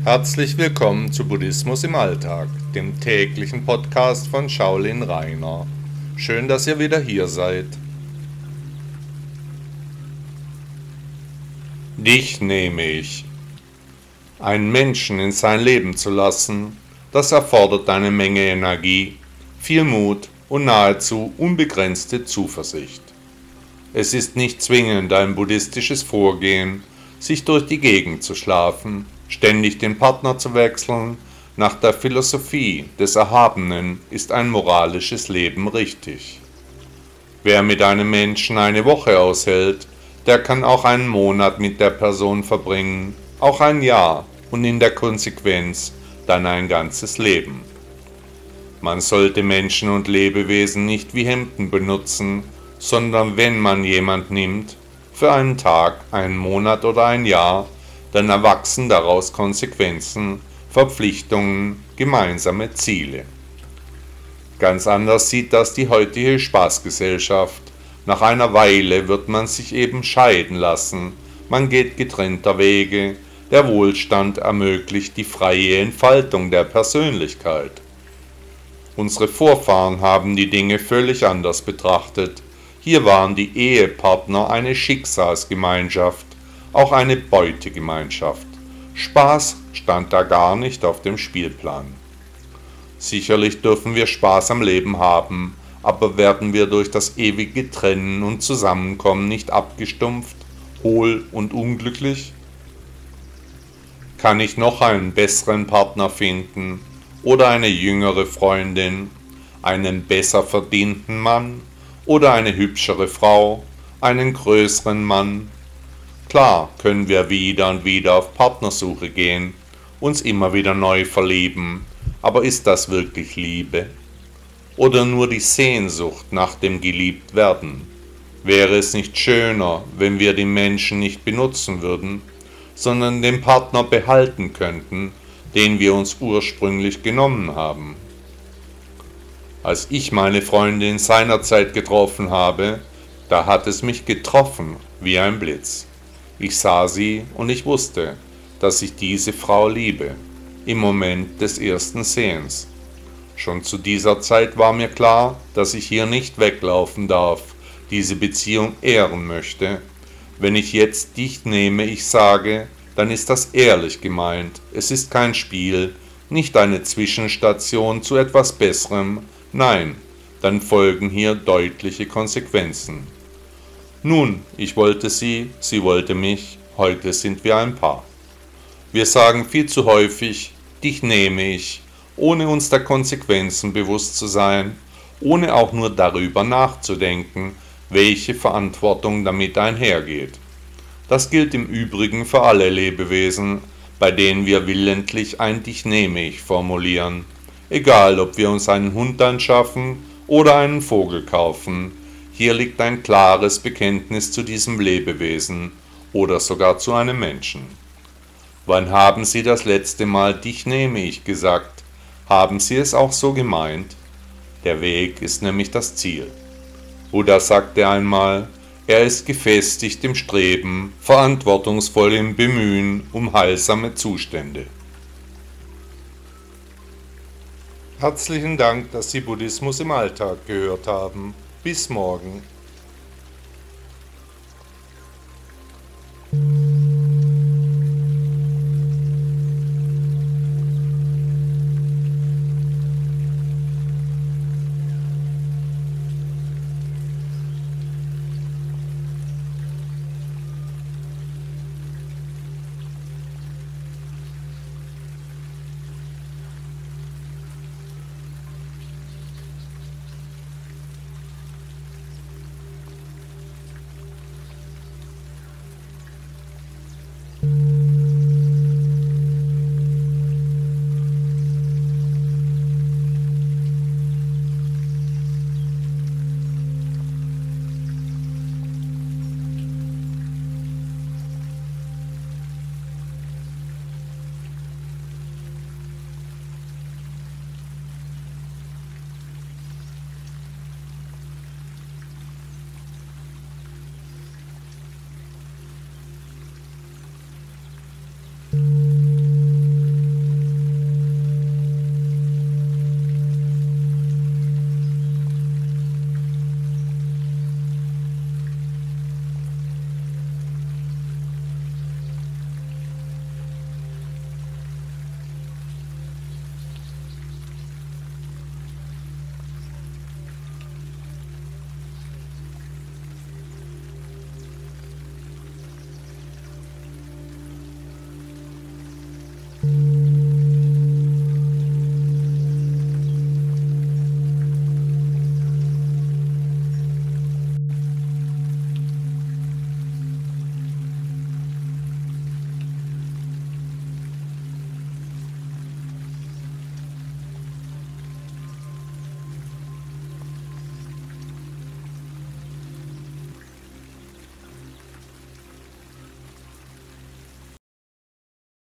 Herzlich willkommen zu Buddhismus im Alltag, dem täglichen Podcast von Shaolin Rainer. Schön, dass ihr wieder hier seid. Dich nehme ich. Einen Menschen in sein Leben zu lassen, das erfordert eine Menge Energie, viel Mut und nahezu unbegrenzte Zuversicht. Es ist nicht zwingend ein buddhistisches Vorgehen, sich durch die Gegend zu schlafen, ständig den Partner zu wechseln. Nach der Philosophie des Erhabenen ist ein moralisches Leben richtig. Wer mit einem Menschen eine Woche aushält, der kann auch einen Monat mit der Person verbringen, auch ein Jahr und in der Konsequenz dann ein ganzes Leben. Man sollte Menschen und Lebewesen nicht wie Hemden benutzen, sondern wenn man jemand nimmt, für einen Tag, einen Monat oder ein Jahr, dann erwachsen daraus Konsequenzen, Verpflichtungen, gemeinsame Ziele. Ganz anders sieht das die heutige Spaßgesellschaft. Nach einer Weile wird man sich eben scheiden lassen, man geht getrennter Wege, der Wohlstand ermöglicht die freie Entfaltung der Persönlichkeit. Unsere Vorfahren haben die Dinge völlig anders betrachtet. Hier waren die Ehepartner eine Schicksalsgemeinschaft, auch eine Beutegemeinschaft. Spaß stand da gar nicht auf dem Spielplan. Sicherlich dürfen wir Spaß am Leben haben, aber werden wir durch das ewige Trennen und Zusammenkommen nicht abgestumpft, hohl und unglücklich? Kann ich noch einen besseren Partner finden oder eine jüngere Freundin, einen besser verdienten Mann oder eine hübschere Frau, einen größeren Mann? Klar können wir wieder und wieder auf Partnersuche gehen, uns immer wieder neu verlieben, aber ist das wirklich Liebe? Oder nur die Sehnsucht nach dem Geliebtwerden? Wäre es nicht schöner, wenn wir die Menschen nicht benutzen würden, sondern den Partner behalten könnten, den wir uns ursprünglich genommen haben? Als ich meine Freundin seinerzeit getroffen habe, da hat es mich getroffen wie ein Blitz. Ich sah sie und ich wusste, dass ich diese Frau liebe, im Moment des ersten Sehens. Schon zu dieser Zeit war mir klar, dass ich hier nicht weglaufen darf, diese Beziehung ehren möchte. Wenn ich jetzt dich nehme, ich sage, dann ist das ehrlich gemeint. Es ist kein Spiel, nicht eine Zwischenstation zu etwas Besserem. Nein, dann folgen hier deutliche Konsequenzen. Nun, ich wollte sie, sie wollte mich, heute sind wir ein Paar. Wir sagen viel zu häufig, dich nehme ich, ohne uns der Konsequenzen bewusst zu sein, ohne auch nur darüber nachzudenken, welche Verantwortung damit einhergeht. Das gilt im Übrigen für alle Lebewesen, bei denen wir willentlich ein Dich nehme ich formulieren. Egal, ob wir uns einen Hund anschaffen oder einen Vogel kaufen, hier liegt ein klares Bekenntnis zu diesem Lebewesen oder sogar zu einem Menschen. Wann haben Sie das letzte Mal Dich nehme ich gesagt? Haben Sie es auch so gemeint? Der Weg ist nämlich das Ziel. Buddha sagte einmal, er ist gefestigt im Streben, verantwortungsvoll im Bemühen um heilsame Zustände. Herzlichen Dank, dass Sie Buddhismus im Alltag gehört haben. Bis morgen.